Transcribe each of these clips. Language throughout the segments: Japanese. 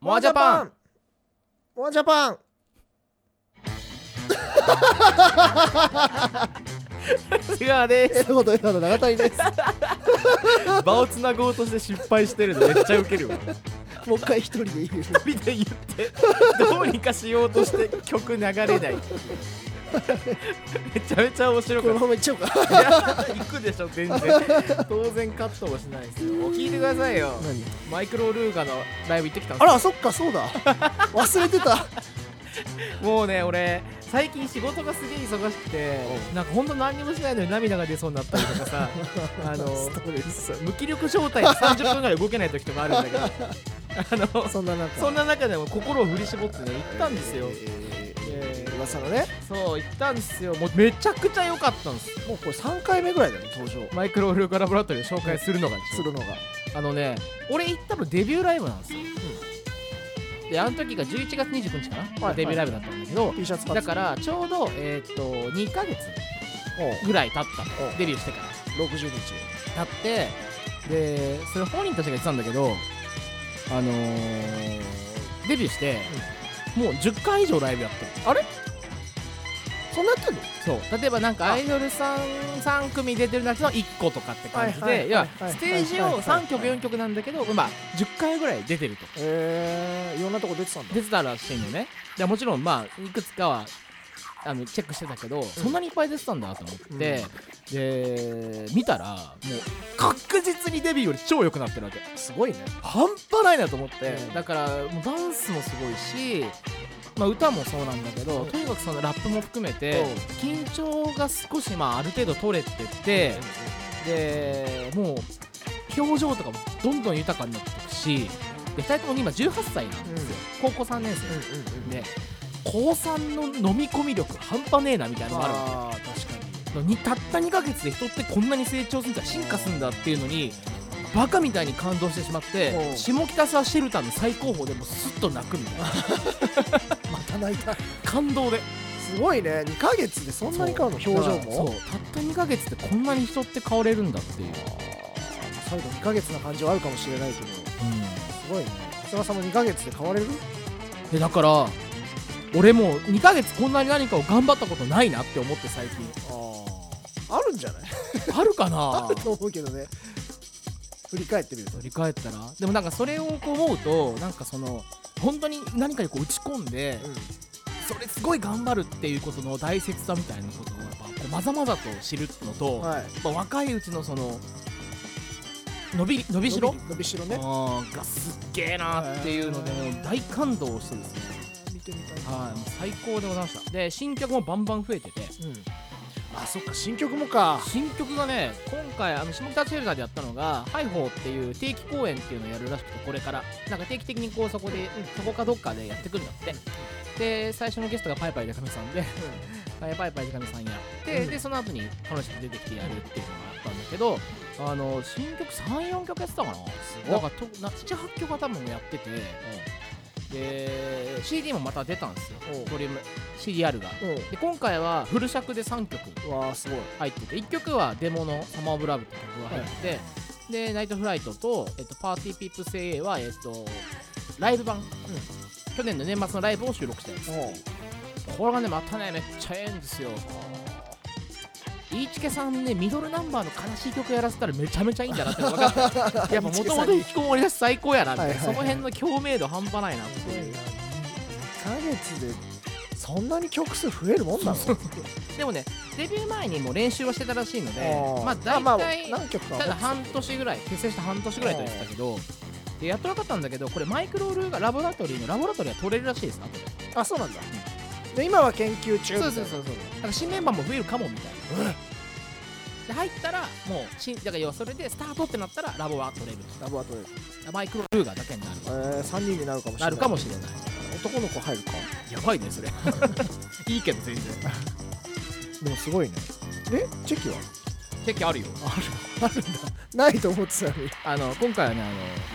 モアジャパンモアジャパン瀬川です。 えほど長谷です場をつなごうとして失敗してるのめっちゃウケるわ。 もう一回一人で言う一人で言ってどうにかしようとして曲流れないめちゃめちゃ面白かった。 このままいっちゃおうか。 いや行くでしょ全然当然カットもしないですよ。聞いてくださいよ。 何？ マイクロルーガのライブ行ってきたんですよ。 あらそっかそうだ忘れてたもうね俺最近仕事がすげえ忙しくてなんかほんと何にもしないのに涙が出そうになったりとかさストレス無気力状態で30分ぐらい動けない時とかあるんだけどそんな中でも心を振り絞ってね行ったんですよ。 噂のね。 そう行ったんですよ。もうめちゃくちゃ良かったんです。 もうこれ3回目ぐらいだね登場マイクロルーガラボラトリーを紹介するのがするのが俺行ったのデビューライブなんですよ。であの時が11月29日かな、デビューライブだったんだけど、 T シャツだからちょうど2ヶ月ぐらい経ったデビューしてから 60日経ってでそれ本人たちが言ってたんだけどデビューして、もう10回以上ライブやってる。 あれそんなやってんの？ そう例えばなんかアイドルさん3組出てるやつの1個とかって感じで、いやステージを3曲4曲なんだけど、まあ10回ぐらい出てると。 いろんなとこ出てたんだ。 出てたらしいのね。でもちろんまあいくつかはチェックしてたけど、そんなにいっぱい出てたんだと思って、で見たらもう確実にデビューより超良くなってるわけ。 すごいね。 半端ないなと思って、だからもうダンスもすごいし、まあ、歌もそうなんだけど、とにかくそのラップも含めて緊張が少しある程度取れてて、でもう表情とかもどんどん豊かになっていくし、で2人とも今18歳なんですよ、高校3年生で、高3の飲み込み力半端ねえなみたいなのがあるわけ。確かにたった2ヶ月で人ってこんなに成長するんだ、進化するんだっていうのにバカみたいに感動してしまって、下北沢シェルターの最高峰でもスッと泣くみたいなまた泣いた。 感動ですごいね。2ヶ月でそんなに変わるの？表情もそうたった2ヶ月でこんなに人って変われるんだっていう。 最後2ヶ月な感じはあるかもしれないけど、すごいね。長谷川さんも2ヶ月で変われる？ だから俺もう2ヶ月こんなに何かを頑張ったことないなって思って最近。 あるんじゃない？ あるかなあると思うけどね。振り返ってみると。 振り返ったらでもなんかそれをこう思うと、なんかその本当に何かにこう打ち込んで、それすごい頑張るっていうことの大切さみたいなことをやっぱこうまざまざと知るのと、やっぱ若いうちのその伸びしろねがすっげえなっていうのでもう大感動してですね。 見てみたい。 はい、もう最高でございました。で新曲もバンバン増えてて、 あ、そっか、新曲もか。 新曲がね、今回下北シェルターでやったのがハイホーっていう定期公演っていうのをやるらしくて、これからなんか定期的にこうそこかどっかでやってくるんだって。で最初のゲストがパイパイでかみさんで、パイパイでかみさんやって、でその後に楽しく出てきてやるっていうのがあったんだけど、新曲 3,4 曲やってたかな。だから7,8 曲は多分やってて、で CD もまた出たんですよ、ボリューム CDR が。で今回はフル尺で3曲入ってて、1曲はデモのサマーオブラブって曲が入ってて、でナイトフライトと、パーティーピープス AA はライブ版、去年の年末のライブを収録したやつ。これがねまたねめっちゃええんですよ。イーチケさんね、ミドルナンバーの悲しい曲やらせたらめちゃめちゃいいんだなって分かったやっぱもともと引きこもりだし最高やなみたいな、その辺の共鳴度半端ないなっていう。 1ヶ月でそんなに曲数増えるもんなの？ でもねデビュー前にもう練習はしてたらしいので、まあ大体何曲かただ半年ぐらい結成して半年ぐらいと言ってたけど、でやっと分かったんだけど、これマイクロルーガラボラトリーは取れるらしいです後で。 あ、そうなんだ。で今は研究中みたいな。 そうだから新メンバーも増えるかもみたいな。で入ったらもうだから要はそれでスタートってなったらラボは取れる。マイクロルーガだけになる。 3人になるかもしれない。 なるかもしれない。 男の子入るか。 やばいねそれいいけど全然でもすごいね。チェキは？ チェキあるよ。 あるんだ。ないと思ってたのに。 今回はね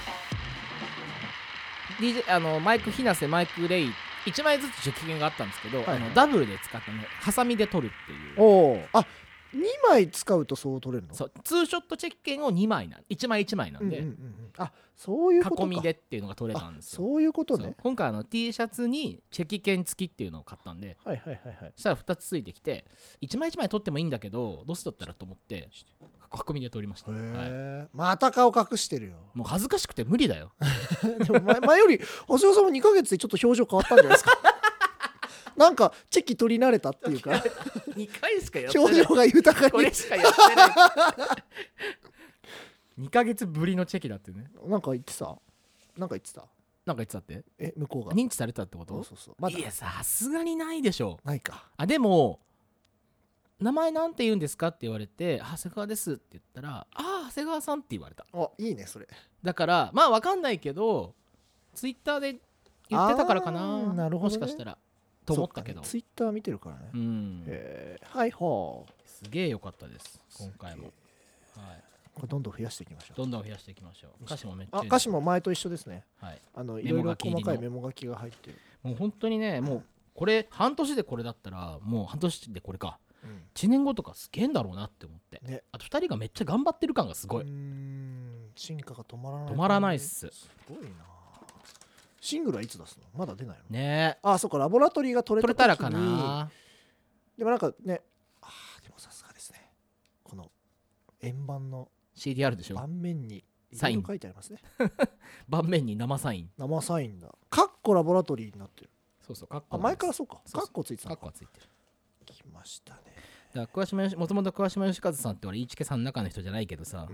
DJ マイクひなせマイクレイ1枚ずつ受験があったんですけど、ダブルで使ったねハサミで取るっていう。 2枚使うとそう取れるの？ そうツーショットチェキ券を2枚1枚1枚なんで、 あそういうことか。 囲みでっていうのが取れたんですよ。 そういうことね。 今回T シャツにチェキ券付きっていうのを買ったんで、 はいはいはいはい。 そしたら2つついてきて1枚1枚取ってもいいんだけどどうせだったらと思って囲みで取りました。 へはい、 え、また顔隠してるよ。 もう恥ずかしくて無理だよ。 でも前より長谷川さんも2ヶ月でちょっと表情変わったんじゃないですか。なんかチェキ取り慣れたっていうか 2回しかやってない。 表情が豊かに。 これしかやってない。2ヶ月ぶりのチェキだってね。 なんか言ってた。 なんか言ってたって。 向こうが認知されたってこと？ そうまだいやさすがにないでしょ。 ないか。 でも名前なんて言うんですかって言われて長谷川ですって言ったら長谷川さんって言われた。 いいねそれ。 だからまあ分かんないけどツイッターで言ってたからかな。 なるほどね、 もしかしたらと思ったけど、 ツイッター見てるからね。はいほう。 すげえ良かったです今回も。はい、 これどんどん増やしていきましょう。 どんどん増やしていきましょう。歌詞もめっちゃいい。 歌詞も前と一緒ですね。 はい、 いろいろ細かいメモ書きが入ってる。 もう本当にね、もうこれ半年でこれだったらもう半年でこれか、1年後とかすげえんだろうなって思って、ね、あと2人がめっちゃ頑張ってる感がすごい。 進化が止まらない。 止まらないっす。 すごいな。シングルはいつ出すの？まだ出ないのね。 そうか、ラボラトリーが取れたらかな。でもなんかね、でもさすがですね、この円盤の CDR でしょ。 盤面にサイン書いてありますね。 盤面に生サイン。 生サインだ。カッコラボラトリーになってる。 そうそう、カッコ。 前からそうか。カッコついてた。 カッコはついてる。 来ましたね。 だからもともと桑島義和さんって俺イーチケさんの中の人じゃないけどさ、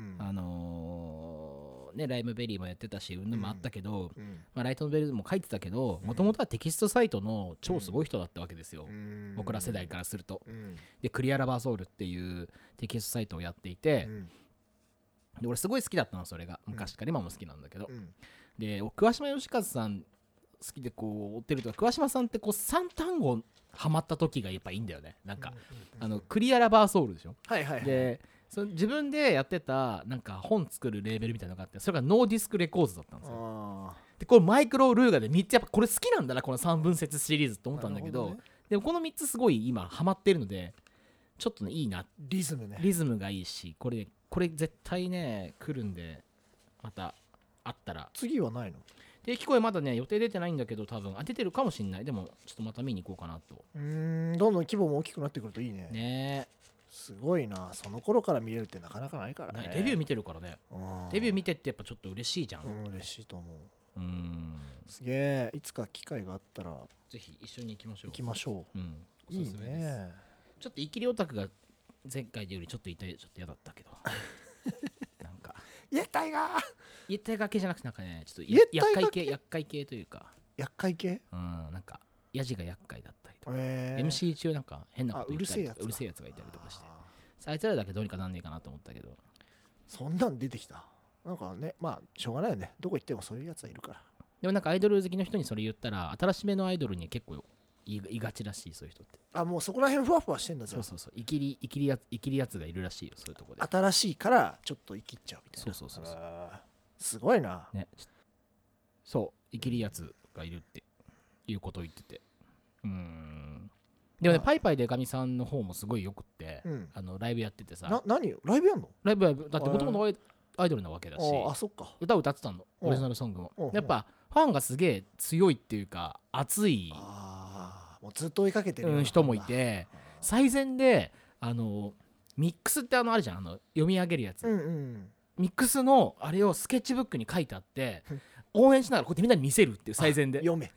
ね、ライムベリーもやってたしうんぬんもあったけど、まあ、ライトノベルも書いてたけどもともとはテキストサイトの超すごい人だったわけですよ、僕ら世代からすると。でクリアラバーソウルっていうテキストサイトをやっていて、で俺すごい好きだったのそれが昔から今も好きなんだけど、で桑島義和さん好きでこう追ってると桑島さんってこう3単語ハマった時がやっぱいいんだよね。なんかクリアラバーソウルでしょ。で自分でやってたなんか本作るレーベルみたいなのがあって、それがノーディスクレコーズだったんですよ。でこれマイクロルーガで3つやっぱこれ好きなんだなこの3分節シリーズと思ったんだけど、でもこの3つすごい今ハマってるのでちょっとねいいな。 リズムね。 リズムがいいしこれ絶対ね来るんで、またあったら。 次はないの？ 定期公演まだね予定出てないんだけど多分出てるかもしんない。でもちょっとまた見に行こうかなと。 どんどん規模も大きくなってくるといいね。 ねえすごいな。その頃から見れるってなかなかないからね。 デビュー見てるからね。デビュー見てってやっぱちょっと嬉しいじゃん。 嬉しいと思う。すげえ。いつか機会があったらぜひ一緒に行きましょう。 行きましょう。いいね。 ちょっとイキリオタクが前回よりちょっと嫌だったけどなんかイエッタイがけじゃなくてなんかねちょっと厄介系というか。 厄介系？ なんかヤジが厄介だったりとか、 MC 中なんか変なこと言ったりとかうるせえやつがいたりとかして、あいつらだけどうにかなんねえかなと思ったけど、 そんなん出てきた。なんかね、まあしょうがないよね。どこ行ってもそういうやつはいるから。 でもなんかアイドル好きの人にそれ言ったら新しめのアイドルに結構言いがちらしい、そういう人って。 もうそこら辺ふわふわしてんだ。 そうイキリやつがいるらしいよ、そういうとこで。 新しいからちょっとイキっちゃうみたいな。 そうすごいな、 ね、そうイキリやつがいるっていうことを言ってて、でもねパイパイでかみさんの方もすごいよくって、ライブやっててさ。 何ライブやんの？ ライブだってもともとアイドルなわけだし、 そっか。 歌ってたの、オリジナルソングも。やっぱファンがすげえ強いっていうか熱いもうずっと追いかけてる人もいて、最前でミックスってあるじゃん、読み上げるやつ、ミックスのあれをスケッチブックに書いてあって応援しながらこうやってみんなに見せるっていう、最前で読め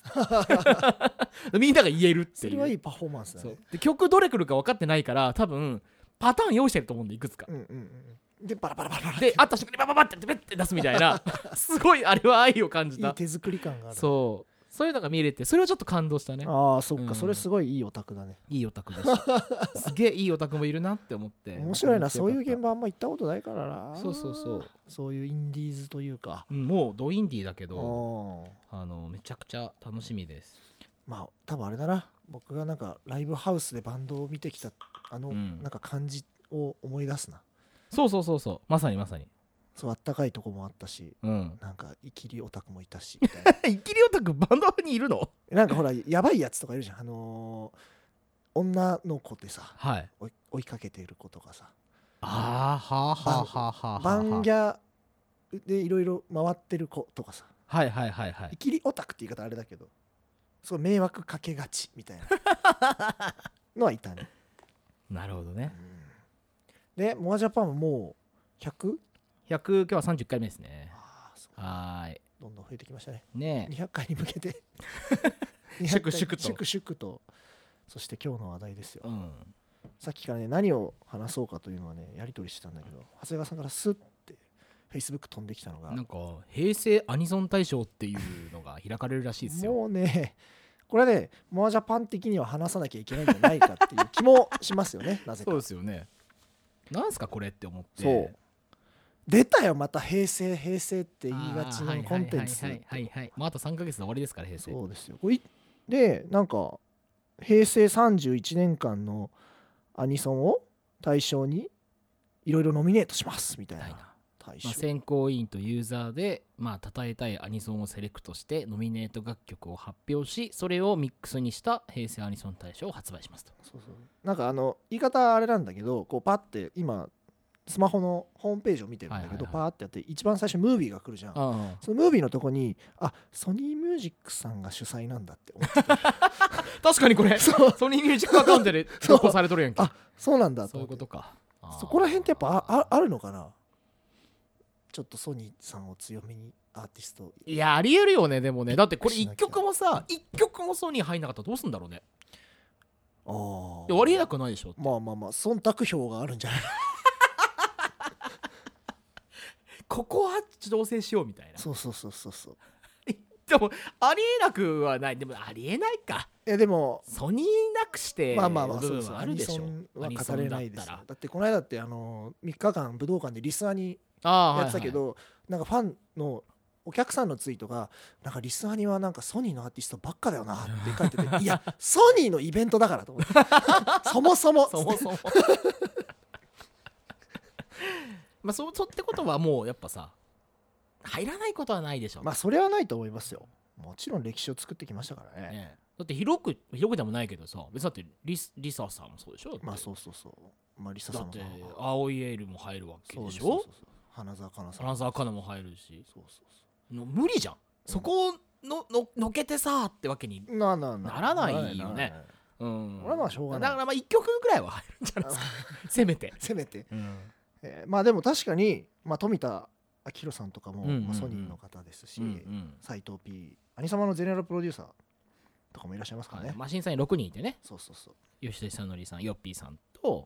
みんなが言えるっていう。 それはいいパフォーマンスだね。 で曲どれ来るか分かってないから多分パターン用意してると思うんで、いくつか、 でバラバラで会った瞬間にバババってベッて出すみたいなすごいあれは愛を感じた。 いい手作り感がある。 そういうのが見れて、それはちょっと感動したね。 そっか、それすごいいいオタクだね。 いいオタクでしたすげえいいオタクもいるなって思って。 面白いな。そういう現場あんま行ったことないからな。 そういうインディーズというか、 もうドインディーだけどめちゃくちゃ楽しみです。 まあ多分あれだな、僕がなんかライブハウスでバンドを見てきたなんか感じを思い出すな。 そうまさにそうあったかいとこもあったし、なんかイキリオタクもいたしみたいなイキリオタクバンドにいるの？ なんかほらやばいやつとかいるじゃん。女の子ってさ、 追いかけている子とかさ、 あーはあはあはあはあバンギャでいろいろ回ってる子とかさ、 はいはいはいはいイキリオタクって言い方あれだけど、すごい迷惑かけがちみたいなのはいたね。 なるほどね。 でモアジャパンももう 100？ 100今日は30回目ですね。 あーそうはーいどんどん増えてきましたね。 ねえ 200回に向けて粛々と粛々と。そして今日の話題ですよ、 うんさっきからね何を話そうかというのはねやり取りしてたんだけど、長谷川さんからスッて Facebook 飛んできたのが、 なんか平成アニソン大賞っていうのが開かれるらしいですよ。 もうねこれはねモアジャパン的には話さなきゃいけないんじゃないかっていう気もしますよねなぜか。 そうですよね。なんすかこれって思ってそう出たよまた平成って言いがちなコンテンツ。 はいはいはい、まあ、あと3ヶ月で終わりですから平成。 そうですよ。でなんか平成31年間のアニソンを対象にいろいろノミネートしますみたいな対象、 まあ、選考委員とユーザーでまあ称えたいアニソンをセレクトしてノミネート楽曲を発表し、それをミックスにした平成アニソン大賞を発売しますと。 そうなんか言い方あれなんだけど、こうパッて今スマホのホームページを見てるんだけど、パーってやって一番最初ムービーが来るじゃん。そのムービーのとこにソニーミュージックさんが主催なんだって思ってた確かにこれソニーミュージックアカウントで投稿されとるやんけ。 そうなんだとそう思って。 いうことか。 そこら辺ってやっぱあるのかな。ちょっとソニーさんを強めにアーティスト。 いやありえるよね。でもねだってこれ1曲もさ1曲もソニー入んなかったらどうすんだろうね。ありえなくないでしょ。 まあ忖度票があるんじゃないここは調整しようみたいな。 そうでもありえなくはない。でもありえないか。 でもソニーなくしてそう部分はあるでしょ。 アニソンは語れないですよ。だってこの間って3日間武道館でリスナーにややってたけど、なんかファンのお客さんのツイートがなんかリスナーにはなんかソニーのアーティストばっかだよなって書いてていやソニーのイベントだからと思ってそもそもまあそうってことはもうやっぱさ入らないことはないでしょ。 まあそれはないと思いますよ。もちろん歴史を作ってきましたからね。 だって広くでもないけどさ、別だってリサさんもそうでしょ。 まあそうまあリサさんもだって青いエールも入るわけでしょ。 そう花澤香菜さん、 花澤香菜も入るし、 そう無理じゃん。そこをのけてさってわけにならないよね。 俺はまあしょうがない。 だからまあ1曲ぐらいは入るんじゃないですかせめて、 まあでも確かに富田明宏さんとかもソニーの方ですし、斉藤 P 兄様のゼネラルプロデューサーとかもいらっしゃいますからね。 マシンさんに6人いてね。 そう吉田久典さん、ヨッピーさんと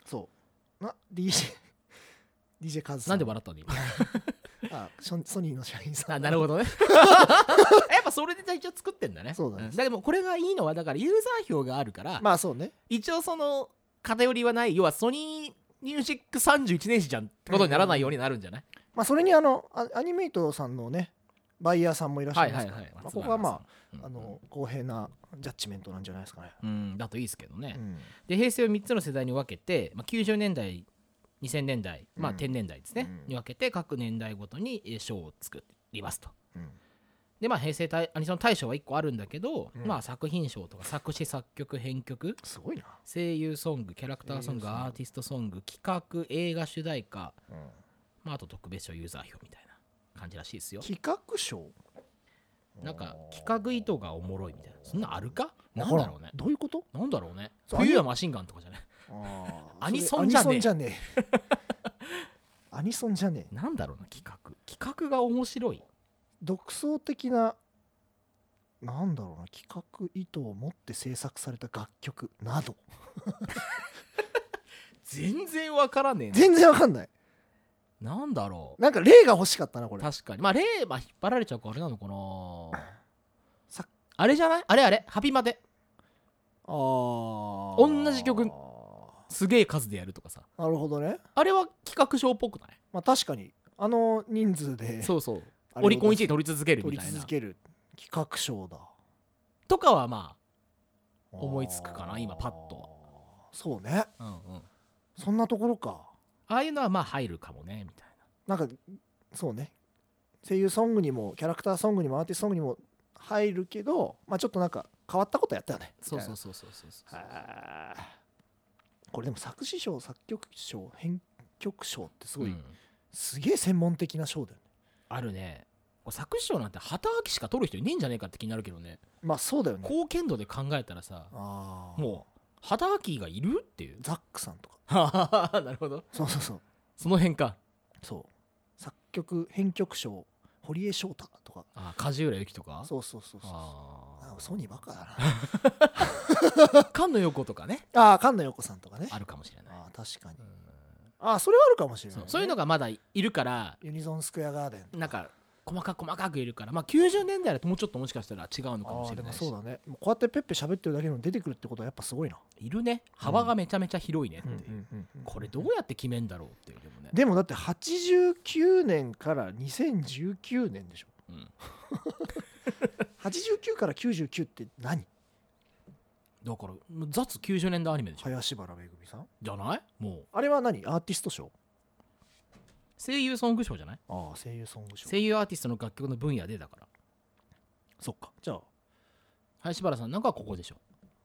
DJ カズさん。 なんで笑ったんだ今ソニーの社員さん。 なるほどねやっぱそれで一応作ってんだね。 そうだね。 でもこれがいいのはだからユーザー票があるから、 まあそうね、 一応その偏りはない。要はソニーミュージック31年史じゃんってことにならないようになるんじゃない。 まあそれにアニメイトさんのねバイヤーさんもいらっしゃいますから、ここはまあ公平なジャッジメントなんじゃないですかね。 だといいですけどね。で平成を3つの世代に分けて、90年代2000年代、1000年代ですね、に分けて各年代ごとに賞を作りますと。で平成アニソン大賞は1個あるんだけど、作品賞とか作詞作曲編曲、 すごいな、 声優ソング、キャラクターソング、アーティストソング、企画、映画主題歌、あと特別賞、ユーザー票みたいな感じらしいですよ。 企画賞なんか企画意図がおもろいみたいな、そんなあるか。なんだろうね。 どういうこと。 なんだろうね。冬はマシンガンとかじゃない。アニソンじゃねえアニソンじゃねえ。 なんだろうな。企画が面白い、 独創的な、なんだろうな、企画意図を持って制作された楽曲など全然わからねえな。 全然わかんない。 なんだろう。 なんか例が欲しかったなこれ。 確かに例引っ張られちゃうかあれなのかなあれじゃない。あれハピマで同じ曲すげえ数でやるとかさ。 なるほどね。 あれは企画書っぽくない。 確かに人数でそうオリコン1位取り続けるみたいな。 取り続ける企画賞だとかは思いつくかな今パッと。 そうね、そんなところか。 ああいうのは入るかもねみたいな。なんかそうね、声優ソングにもキャラクターソングにもアーティストソングにも入るけど、ちょっとなんか変わったことやったよね。 そうこれでも作詞賞作曲賞編曲賞ってすごい、 うん、 すげえ専門的な賞だよね。 あるね。作詞賞なんて旗書きしか取る人いねえんじゃねえかって気になるけどね。 まあそうだよね。 貢献度で考えたらさ、もう旗書きがいるっていう。 ザックさんとかなるほど。 そうそうそう、 その辺か。 そう作曲編曲賞堀江翔太とか、 梶浦由紀とか。 そうそうそうそう、ソニーばっかだな。菅野陽子とかね。 菅野陽子さんとかね、 あるかもしれない。 確かに、それはあるかもしれない、ね、 そういうのがまだいるから、 ユニゾンスクエアガーデンなんか細かくいるから、まあ90年代だともうちょっともしかしたら違うのかもしれないし。 でもそうだね、こうやってペッペ喋ってるだけでも出てくるってことはやっぱすごいな。 いるね、幅がめちゃめちゃ広いねっていう。これどうやって決めんだろうっていう。でもね、 でもだって89年から2019年でしょ、89から99って何だから雑90年代アニメでしょ。 林原めぐみさんじゃない？もうあれは何、アーティスト賞、 声優ソング賞じゃない？ 声優ソング賞、 声優アーティストの楽曲の分野でだから。 そっか、じゃあ林原さんなんかはここでしょ。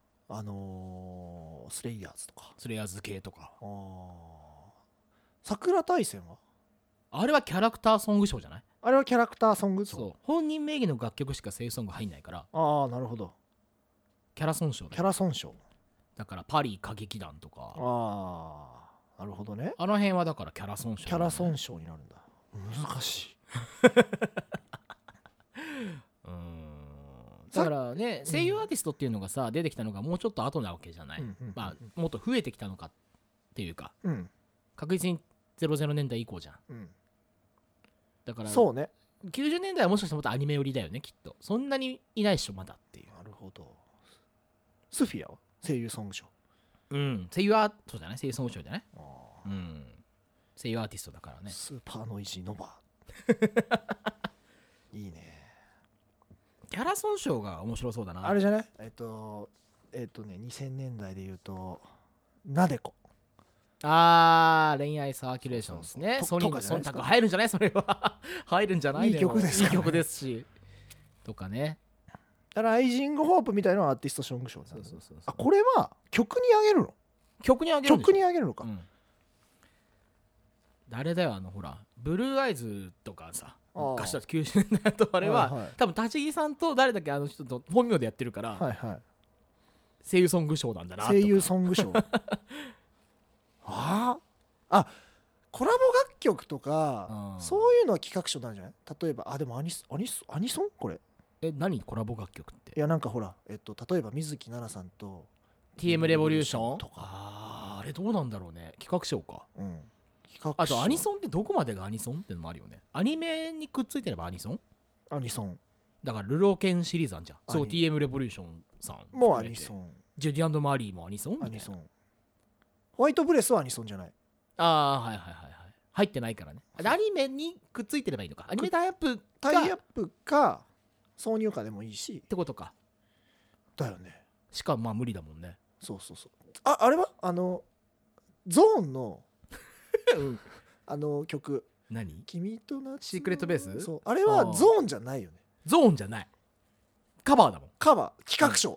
スレイヤーズとか、 スレイヤーズ系とか。 桜大戦はあれはキャラクターソング賞じゃない？ あれはキャラクターソング賞。 そう、本人名義の楽曲しか声優ソング入んないから。 なるほど、 キャラソン賞キャラソン賞だから。パリ歌劇団とか、 なるほどね、 あの辺はだからキャラソン賞、 キャラソン賞になるんだ。難しいだからね、声優アーティストっていうのがさ出てきたのがもうちょっと後なわけじゃない。まあもっと増えてきたのかっていうか、確実に00年代以降じゃん。だからそうね、 90年代はもしかしてもっとアニメ寄りだよねきっと。そんなにいないっしょまだっていう。 なるほど。スフィアは声優ソング賞。 声優アートじゃない？声優ソング賞じゃない？声優アーティストだからね。 スーパーノイジーノバいいね。 キャラソン賞が面白そうだな。 あれじゃない？2000年代で言うとなでこ。 恋愛サーキュレーションですね。ソニーの忖度入るんじゃない？それは入るんじゃない？ いい曲ですからね。 いい曲ですしとかね。 ライジングホープみたいなアーティストソング賞。これは曲にあげるの？ 曲にあげるのか。 誰だよ、ほらブルーアイズとかさ、昔だと90年代とあれは、多分立木さんと誰だっけ、あの人と本名でやってるから、声優ソング賞なんだなとか。 声優ソング賞コラボ楽曲とか、そういうのは企画書なんじゃない？例えばでもアニソンこれ。 何コラボ楽曲って？ いやなんかほら、例えば水木奈々さんと TM レボリューションとか。 あれどうなんだろうね、企画書か。 あとアニソンってどこまでがアニソンってのもあるよね。アニメにくっついてればアニソンだからルロケンシリーズあんじゃん。そう、 TM レボリューションさんもうアニソン、 ジェディ&マリーもアニソン。 ホワイトブレスはアニソンじゃない。 はい入ってないからね。アニメにくっついてればいいのか。アニメタイアップか挿入歌でもいいしってことか。 だよね。 しかもまあ無理だもんね。 そうあれはゾーンの曲、 何？ 君と夏シークレットベース。 そう、あれはゾーンじゃないよね。 ゾーンじゃない、カバーだもん。 カバー、企画書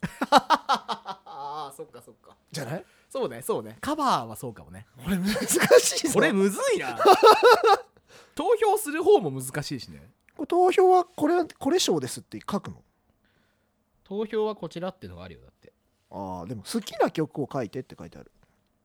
そっかじゃない？ そうね、カバーはそうかもね。 これ難しいぞ。 これむずいな投票する方も難しいしね。 投票はこれ賞ですって書くの？ 投票はこちらっていうのがあるよ。だってでも好きな曲を書いてって書いてある。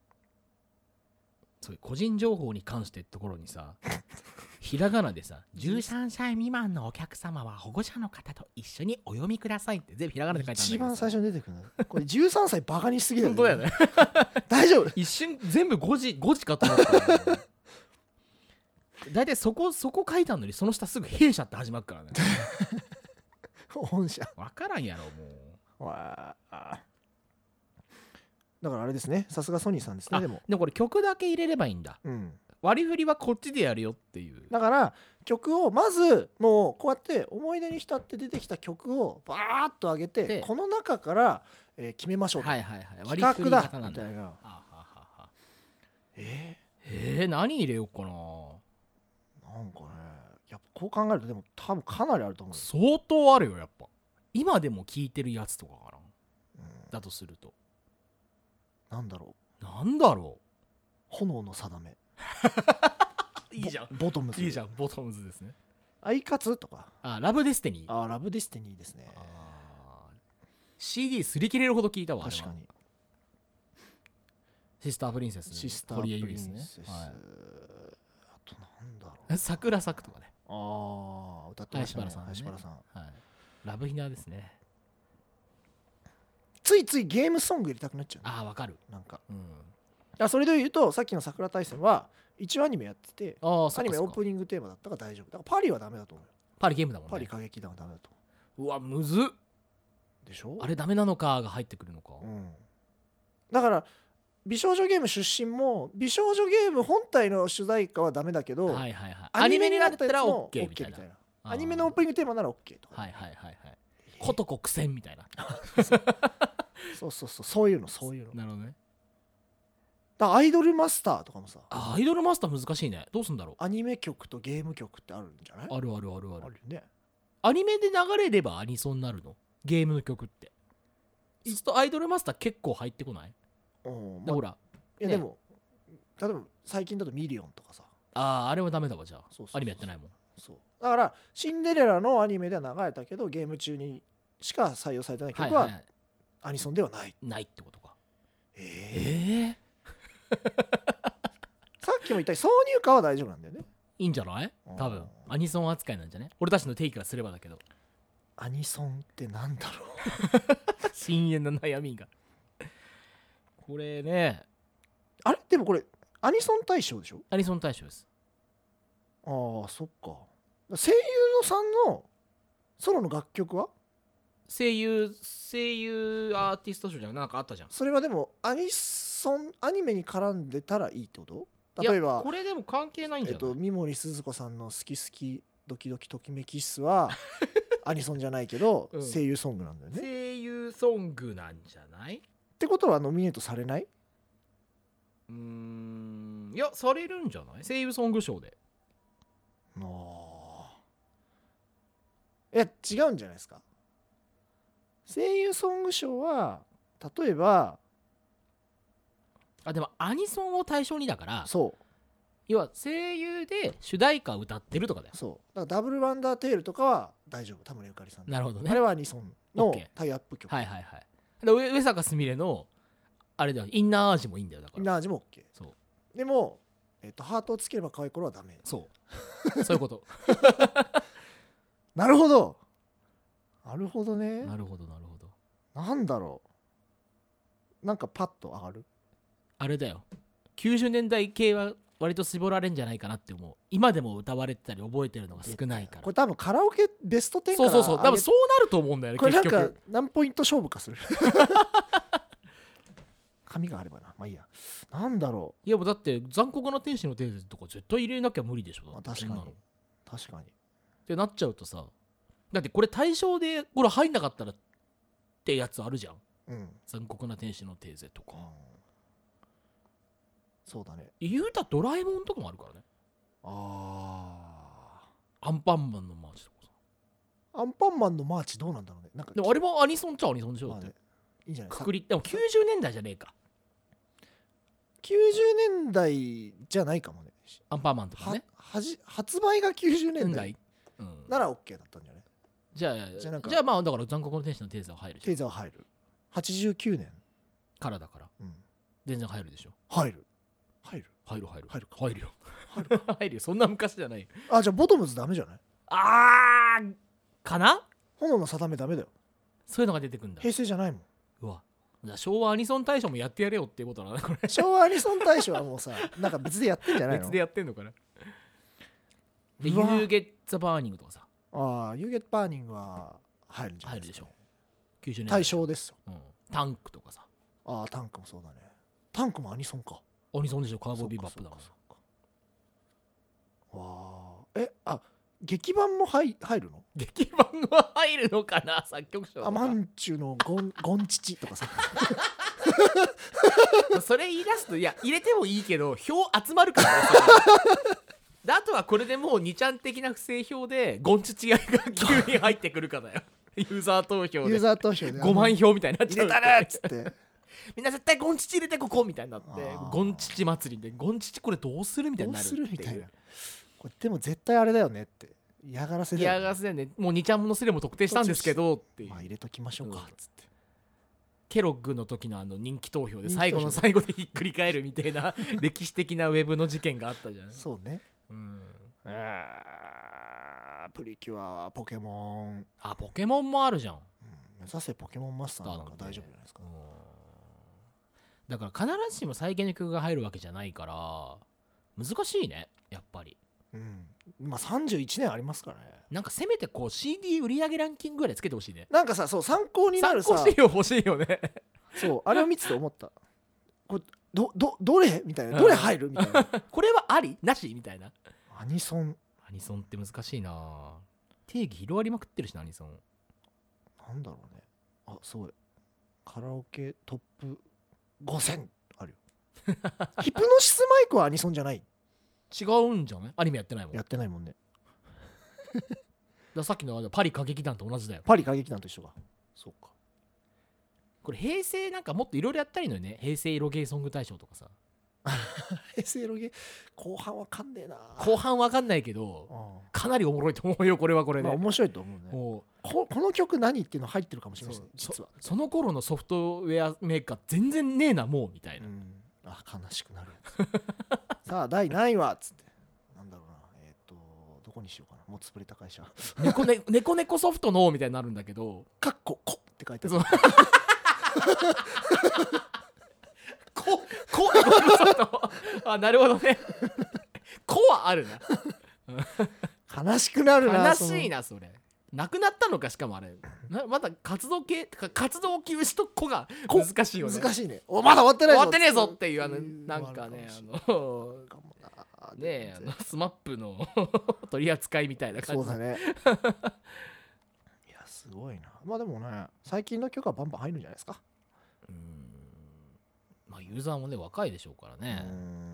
そういう個人情報に関してってところにさひらがなでさ13歳未満のお客様は保護者の方と一緒にお読みくださいって全部ひらがなで書いてあるんだけど、 一番最初に出てくるこれ13歳バカにしすぎだよね。 本当だよね大丈夫？ 一瞬全部5時かと思ったらだいたいそこ書いたのにその下すぐ弊社って始まるからね本社分からんやろもう。 だからあれですね、さすがソニーさんですね。でもこれ曲だけ入れればいいんだ。割り振りはこっちでやるよっていう。 だから曲をまずもうこうやって思い出に浸って出てきた曲をバーッと上げて、この中から決めましょうと。 割り振り型なんだ。 みたいな。 何入れようかな。 なんかね、やっぱこう考えるとでも多分かなりあると思う。 相当あるよやっぱ。今でも聴いてるやつとかかな、だとすると。 なんだろう。 なんだろ炎の定めう。いいじゃん。 ボトムズ。 いいじゃん。ボトムズですね。 アイカツとか。 ラブデスティニー。 ラブデスティニーですね。 CD 擦り切れるほど聞いたわ。 確かに。 シスタープリンセス。 シスタープリンセス。 堀江由衣ですね。 あとなんだろう。 桜咲くとかね。 歌ってましたね。 林原さん。はい。ラブヒナですね。 ついついゲームソング入れたくなっちゃう、ね。 わかる。 なんか。それで言うとさっきの桜大戦は一応アニメやってて、アニメオープニングテーマだったから大丈夫。だからパリはダメだと思うよ。 パリゲームだもんね。 パリ歌劇団はダメだと思う。うわむずっ。 でしょ。 あれダメなのかが入ってくるのか。 だから美少女ゲーム出身も美少女ゲーム本体の主題歌はダメだけど、 アニメになったら OK みたいな。 アニメのオープニングテーマなら OK とか。 ことこ苦戦みたいな。 そういうの。 なるほどね。 だからアイドルマスターとかもさ。 アイドルマスター難しいね。どうすんだろう。 アニメ曲とゲーム曲ってあるんじゃない？ あるよね。 アニメで流れればアニソンになるの？ゲームの曲って。アイドルマスター結構入ってこない？ほら。 いやでも例えば最近だとミリオンとかさ。 あれはダメだわじゃあ。アニメやってないもん。 そうだからシンデレラのアニメでは流れたけどゲーム中にしか採用されてない曲はアニソンではないってことか。 さっきも言った挿入歌は大丈夫なんだよね。 いいんじゃない？多分アニソン扱いなんじゃね？俺たちの定義からすればだけど。 アニソンってなんだろう。深淵の悩みがこれね。 あれでもこれアニソン大賞でしょ？ アニソン大賞です。 そっか。声優のさんのソロの楽曲は声優アーティスト賞じゃなんかあったじゃん。 それはでもアニメに絡んでたらいいってこと？例えばこれでも関係ないんじゃない？ 三森すず子さんの好き好きドキドキときめき室はアニソンじゃないけど、声優ソングなんだよね。 声優ソングなんじゃない？ ってことはノミネートされない？ いやされるんじゃない？声優ソング賞で。 いや違うんじゃないですか。声優ソング賞は例えばでもアニソンを対象にだから。 そう要は声優で主題歌を歌ってるとかだよ。 そうだからダブルワンダーテールとかは大丈夫。田村ゆかりさん。 なるほどね。 あれはアニソンのタイアップ曲。 で上坂すみれのあれだよ、インナーアージもいいんだよ。だからインナーアージも OK。 そうでも、ハートをつければ可愛い頃はダメ。 そういうことなるほどなるほどね。 なるほどなんだろう。なんかパッと上がるあれだよ。90年代系は割と絞られんじゃないかなって思う。今でも歌われてたり覚えてるのが少ないから。 これ多分カラオケベスト10からそう多分そうなると思うんだよね。 これなんか何ポイント勝負かする紙があればな。まあいいや。なんだろう。いやもうだって残酷な天使のテーゼとか絶対入れなきゃ無理でしょ。 確かにってなっちゃうとさ、だってこれ対象でこれ入んなかったらってやつあるじゃん。残酷な天使のテーゼとか。 そうだね。 言うたらドラえもんとかもあるからね。アンパンマンのマーチとかさ。 アンパンマンのマーチどうなんだろうね。なんかでもあれもアニソンっちゃアニソンでしょ。だっていいんじゃないですか。 くくりでも90年代じゃねえか。 90年代じゃないかもね。 アンパンマンとかね。 発売が90年代なら OK だったんじゃない？ じゃあまあだから残酷な天使のテーゼは入るじゃん。 テーゼは入る。89年からだから、全然入るでしょ。 入るよ。そんな昔じゃないよ。 じゃあボトムズダメじゃない？ かな？ 炎の定めダメだよ。 そういうのが出てくんだ。 平成じゃないもん。 うわ、昭和アニソン大賞もやってやれよっていうことだなこれ。 昭和アニソン大賞はもうさなんか別でやってんじゃないの？ 別でやってんのかな。で You Get the Burning とかさ。 You Get Burning は入るんじゃないですか。入るでしょ。90年代大賞ですよ。 タンクとかさ。 タンクもそうだね。タンクもアニソンか。 アニソンでしょ。カーボービーバップだから。 劇版も入るの？ 劇版は入るのかな。作曲賞。 マンチュのゴンチチとかさそれ言い出すといや入れてもいいけど票集まるからねであとはこれでもう2ちゃん的な不正票でゴンチチが急に入ってくるかだよユーザー投票で 5万票みたいになっちゃう。 入れたねっつってみんな絶対ゴンチチ入れてここみたいになってあーゴンチチ祭りでゴンチチこれどうするみたいになるっていうどうするみたいなこれでも絶対あれだよねって嫌がらせだよね嫌がらせだよねもう2ちゃんものスレも特定したんですけどっていう、 まあ入れときましょうかうんつってケロッグの時の人気投票で人気投票最後の最後でひっくり返るみたいな歴史的なウェブの事件があったじゃん。 そうねうんプリキュアポケモン、 あポケモンもあるじゃん。 目指せポケモンマスターなんか大丈夫じゃないですか。 だから必ずしも再現の曲が入るわけじゃないから難しいねやっぱり。 まあ31年ありますからね。 なんかせめてこう CD 売上ランキングぐらいつけてほしいね。 なんかさそう参考になるさ参考資料欲しいよねそうあれを見てて思ったこれどれみたいなどれ入るみたいなこれはありなしみたいな。 アニソンアニソンって難しいな。定義広がりまくってるしなアニソン。 なんだろうねあすごいカラオケトップ5000あるよヒプノシスマイクはアニソンじゃない違うんじゃないアニメやってないもん。 やってないもんねださっきのパリ歌劇団と同じだよ。 パリ歌劇団と一緒かそうかこれ平成なんかもっといろいろやったらいいのよね。平成エロゲーソング大賞とかさ。 平成ロゲ後半わかんねえな後半わかんないけどかなりおもろいと思うよこれはこれで、 まあ面白いと思うねもうこの曲何っていうの入ってるかもしれないですね実はその頃のソフトウェアメーカー全然ねえなもうみたいな、 悲しくなるさあ第何位はっつってなんだろうなどこにしようかなもう潰れた会社猫ソフトのみたいになるんだけどかっここって書いてあるこあなるほどねこはあるな悲しくなるな悲しいなそれなくなったのかしかもあれまだ活動休止とこが難しいよね。 難しいねまだ終わってないぞ終わってねえぞっていうなんかねねえスマップの取り扱いみたいな感じ。 そうだねいやすごいな。まあでもね最近の曲はバンバン入るんじゃないですか。 まあユーザーもね若いでしょうからね。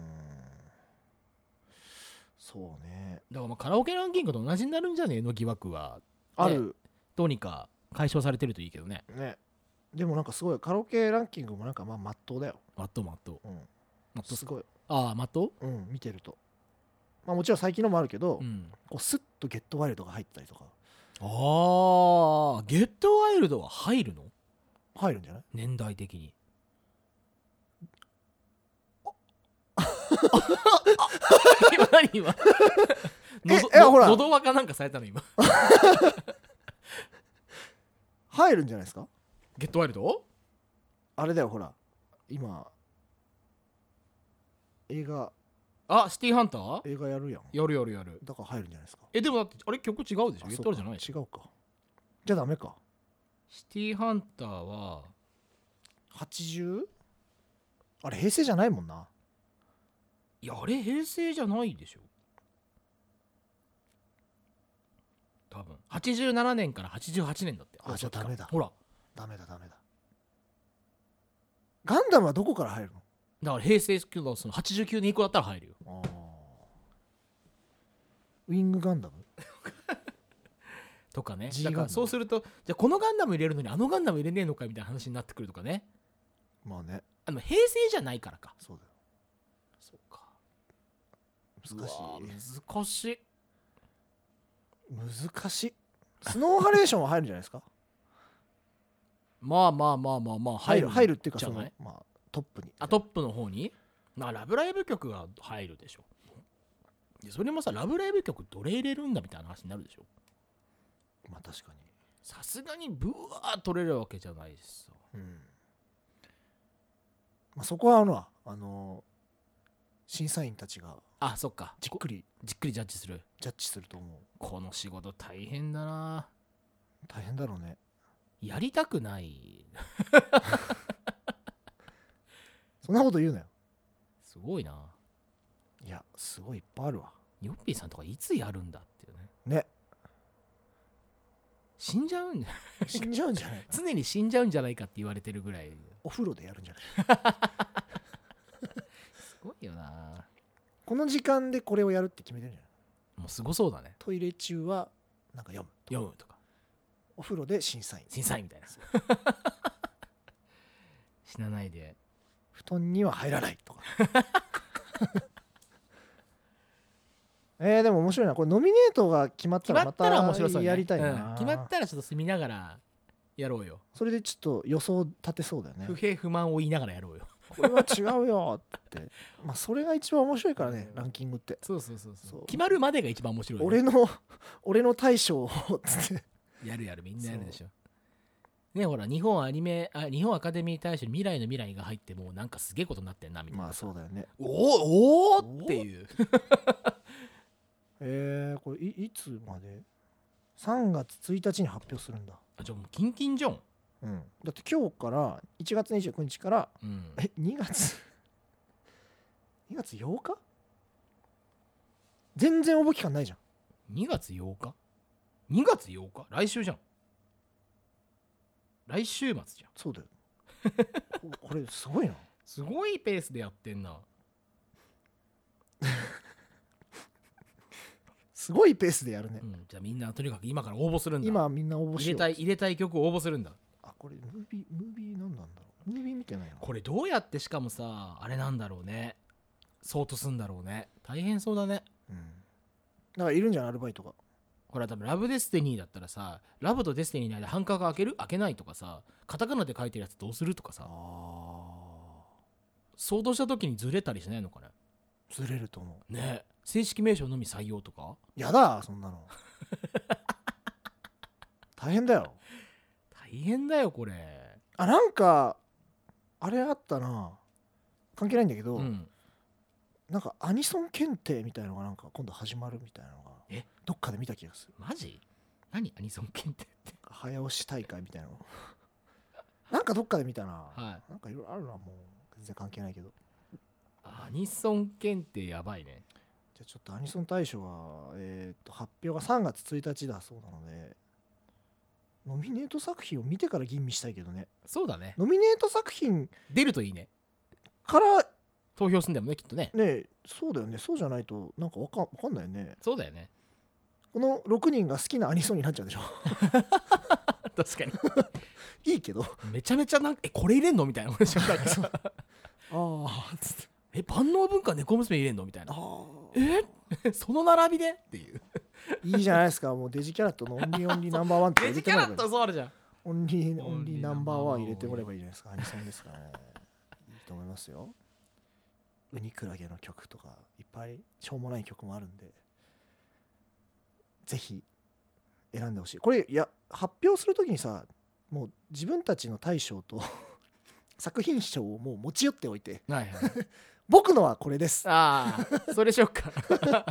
そうね。 だからまあカラオケランキングと同じになるんじゃねえの疑惑は、ね、 ある。 どうにか解消されてるといいけどね。 ね。でもなんかすごいカラオケランキングもなんかまあまっとうだよ。 まっとう。 すごい。 まっとう。 見てると。まあもちろん最近のもあるけど、こうスッとゲットワイルドが入ったりとか。 ゲットワイルドは入るの？ 入るんじゃない？ 年代的に。今ほら喉輪かなんかされたの今入るんじゃないですか。 ゲットワイルドあれだよほら今映画シティーハンター映画やるやん。 やるだから入るんじゃないですか。 でもだってあれ曲違うでしょ。ゲットワイルドじゃない。 違うか。じゃあダメか。 シティーハンターは 80？ あれ平成じゃないもんな。 いやあれ平成じゃないでしょ多分。87年から88年だって。 じゃあダメだ。 ほらダメだ。ガンダムはどこから入るの？ だから平成のその89年以降だったら入るよ。 ウィングガンダムとかね。だからそうするとじゃあこのガンダム入れるのにあのガンダム入れねえのかみたいな話になってくるとかね。 まあね。 平成じゃないからか。 そうだよ。 そうか。 難しい。 難しい。 スノーハレーションは入るんじゃないですか。 まあ入るっていうかじゃない。 まあトップに。 トップの方にラブライブ曲が入るでしょ。でそれもさラブライブ曲どれ入れるんだみたいな話になるでしょ。 まあ確かにさすがにブワー取れるわけじゃないしさ。 まあそこは審査員たちがそっかじっくりジャッジすると思う。 この仕事大変だな。 大変だろうね。 やりたくないそんなこと言うなよ。 すごいな。 いやすごいいっぱいあるわ。 ヨッピーさんとかいつやるんだっていうね。 死んじゃうんじゃない常に死んじゃうんじゃないかって言われてるぐらい。 お風呂でやるんじゃないすごいよな。 この時間でこれをやるって決めてるんじゃない。 もうすごそうだね。 トイレ中はなんか読むとかお風呂で審査員みたいな死なないで。 布団には入らないとかでも面白いなこれ。ノミネートが決まったらまた面白そう、ね、 やりたいな、 決まったらちょっと見ながらやろうよ。 それでちょっと予想立てそうだよね。 不平不満を言いながらやろうよ。 これは違うよってまあそれが一番面白いからね、ランキングって。 そう決まるまでが一番面白い、ね、 俺の大賞をつってやるみんなやるでしょね。ほら日本アカデミー大賞に未来の未来が入ってもうなんかすげえことになってんなみたいな。 まあそうだよね。 おーっていうこれいつまで3月1日に発表するんだ。 じゃあもうキンキンじゃん。 うん、だって今日から1月29日から、2月8日全然応募期間ないじゃん。 2月8日2月8日来週じゃん。来週末じゃん。 そうだよこれすごいな。 すごいペースでやってんなすごいペースでやるね、 じゃあみんなとにかく今から応募するんだ。 今みんな応募しよう。 入れたい曲を応募するんだ。 これムービー何なんだろう。ムービー見てないな。 これどうやってしかもさあれなんだろうね。そうとすんだろうね。大変そうだね。 だからいるんじゃんアルバイトが。 ほら多分ラブデスティニーだったらさ、ラブとデスティニーの間半角開けないとかさ、カタカナで書いてるやつどうするとかさ、相当した時にずれたりしないのかね。 ずれると思うね。正式名称のみ採用とかやだそんなの大変だよこれ。 なんかあれあったな、関係ないんだけど、なんかアニソン検定みたいのがなんか今度始まるみたいなのがどっかで見た気がする。 マジ？何アニソン検定って。 早押し大会みたいなのなんかどっかで見たな、なんかいろいろあるな。もう全然関係ないけど。 アニソン検定やばいね。 じゃあちょっとアニソン大賞は、発表が3月1日だそうなので、ノミネート作品を見てから吟味したいけどね。 そうだね。 ノミネート作品出るといいね。 から投票するんだよねきっとね。 ね、そうだよね。そうじゃないとなんかわかんないよね。 そうだよね。 この6人が好きなアニソンになっちゃうでしょ確かにいいけどめちゃめちゃなんかこれ入れんのみたいな話だけどつって万能文化猫娘入れんのみたいな。その並びでっていういいじゃないですか。もうデジキャラットのオンリーナンバーワンって入れてもらえばいい。 デジキャラットそうあるじゃん。 オンリーナンバーワン入れてもらえばいいじゃないですか。アニソンですからね。いいと思いますよ。ウニクラゲの曲とかいっぱいしょうもない曲もあるんで、ぜひ選んでほしい。これ発表するときにさ、もう自分たちの大賞と作品賞をもう持ち寄っておいて、僕のはこれです。 それしよっか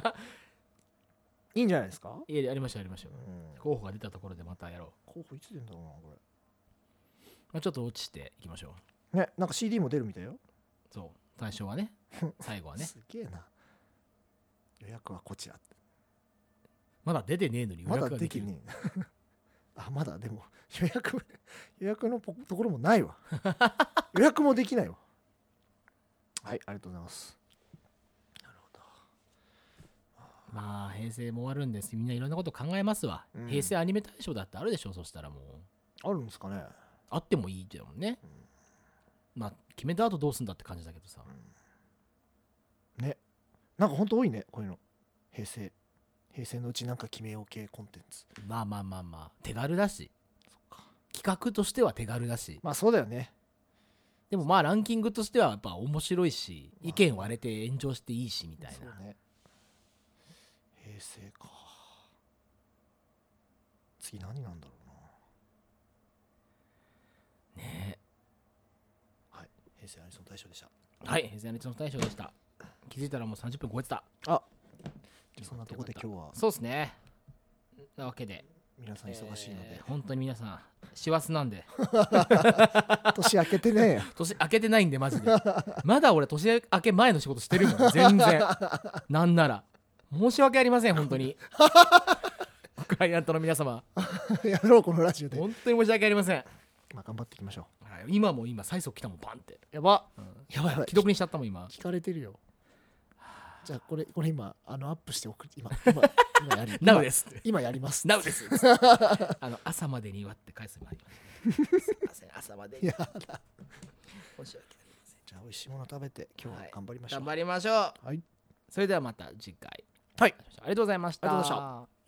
いいんじゃないですか。 やりましょう。候補が出たところでまたやろう。 候補いつ出るんだろうなこれ。ちょっと落ちていきましょうね。なんか CD も出るみたいよ。 そう大賞はね最後はねすげえな。予約はこちら。 まだ出てねえのに予約ができる。 まだできねえまだでも予約のところもないわ予約もできないわ。はい、ありがとうございます。なるほど。 まあ平成も終わるんです。みんないろんなこと考えますわ、平成アニメ大賞だってあるでしょ。そしたらもうあるんですかね。 あってもいいじゃんね、まあ決めた後どうすんだって感じだけどさ、 ね。なんかほんと多いねこういうの。平成のうちなんか決めよう系コンテンツ。 まあ手軽だし、企画としては手軽だし、 まあそうだよね。 でもまあランキングとしてはやっぱ面白いし、意見割れて炎上していいしみたいな。 そうね。平成か。次何なんだろうな。ねえ。はい、平成アニソン大賞でした。 はい、平成アニソン大賞でした。気づいたらもう30分超えてた。 そんなとこで今日は。 そうですね。なわけで皆さん忙しいので、 本当に皆さん師走なんで年明けてねえよ。 年明けてないんでマジでまだ俺年明け前の仕事してるもん全然なんなら申し訳ありません本当にクライアントの皆様やろうこのラジオで。 本当に申し訳ありません。 まあ頑張っていきましょう。 今催促来たもんバンってやば、 やばい既読にしちゃったもん今。 聞かれてるよ。じゃあこれ今アップして送る。今やりナウです今やります。 ナウです朝までにはって返す前すいません朝までに。 やだ申し訳ありません。 じゃあ美味しいもの食べて今日は頑張りましょう。 頑張りましょう。 はい。 それではまた次回。 はい。 ありがとうございました。 ありがとうございました。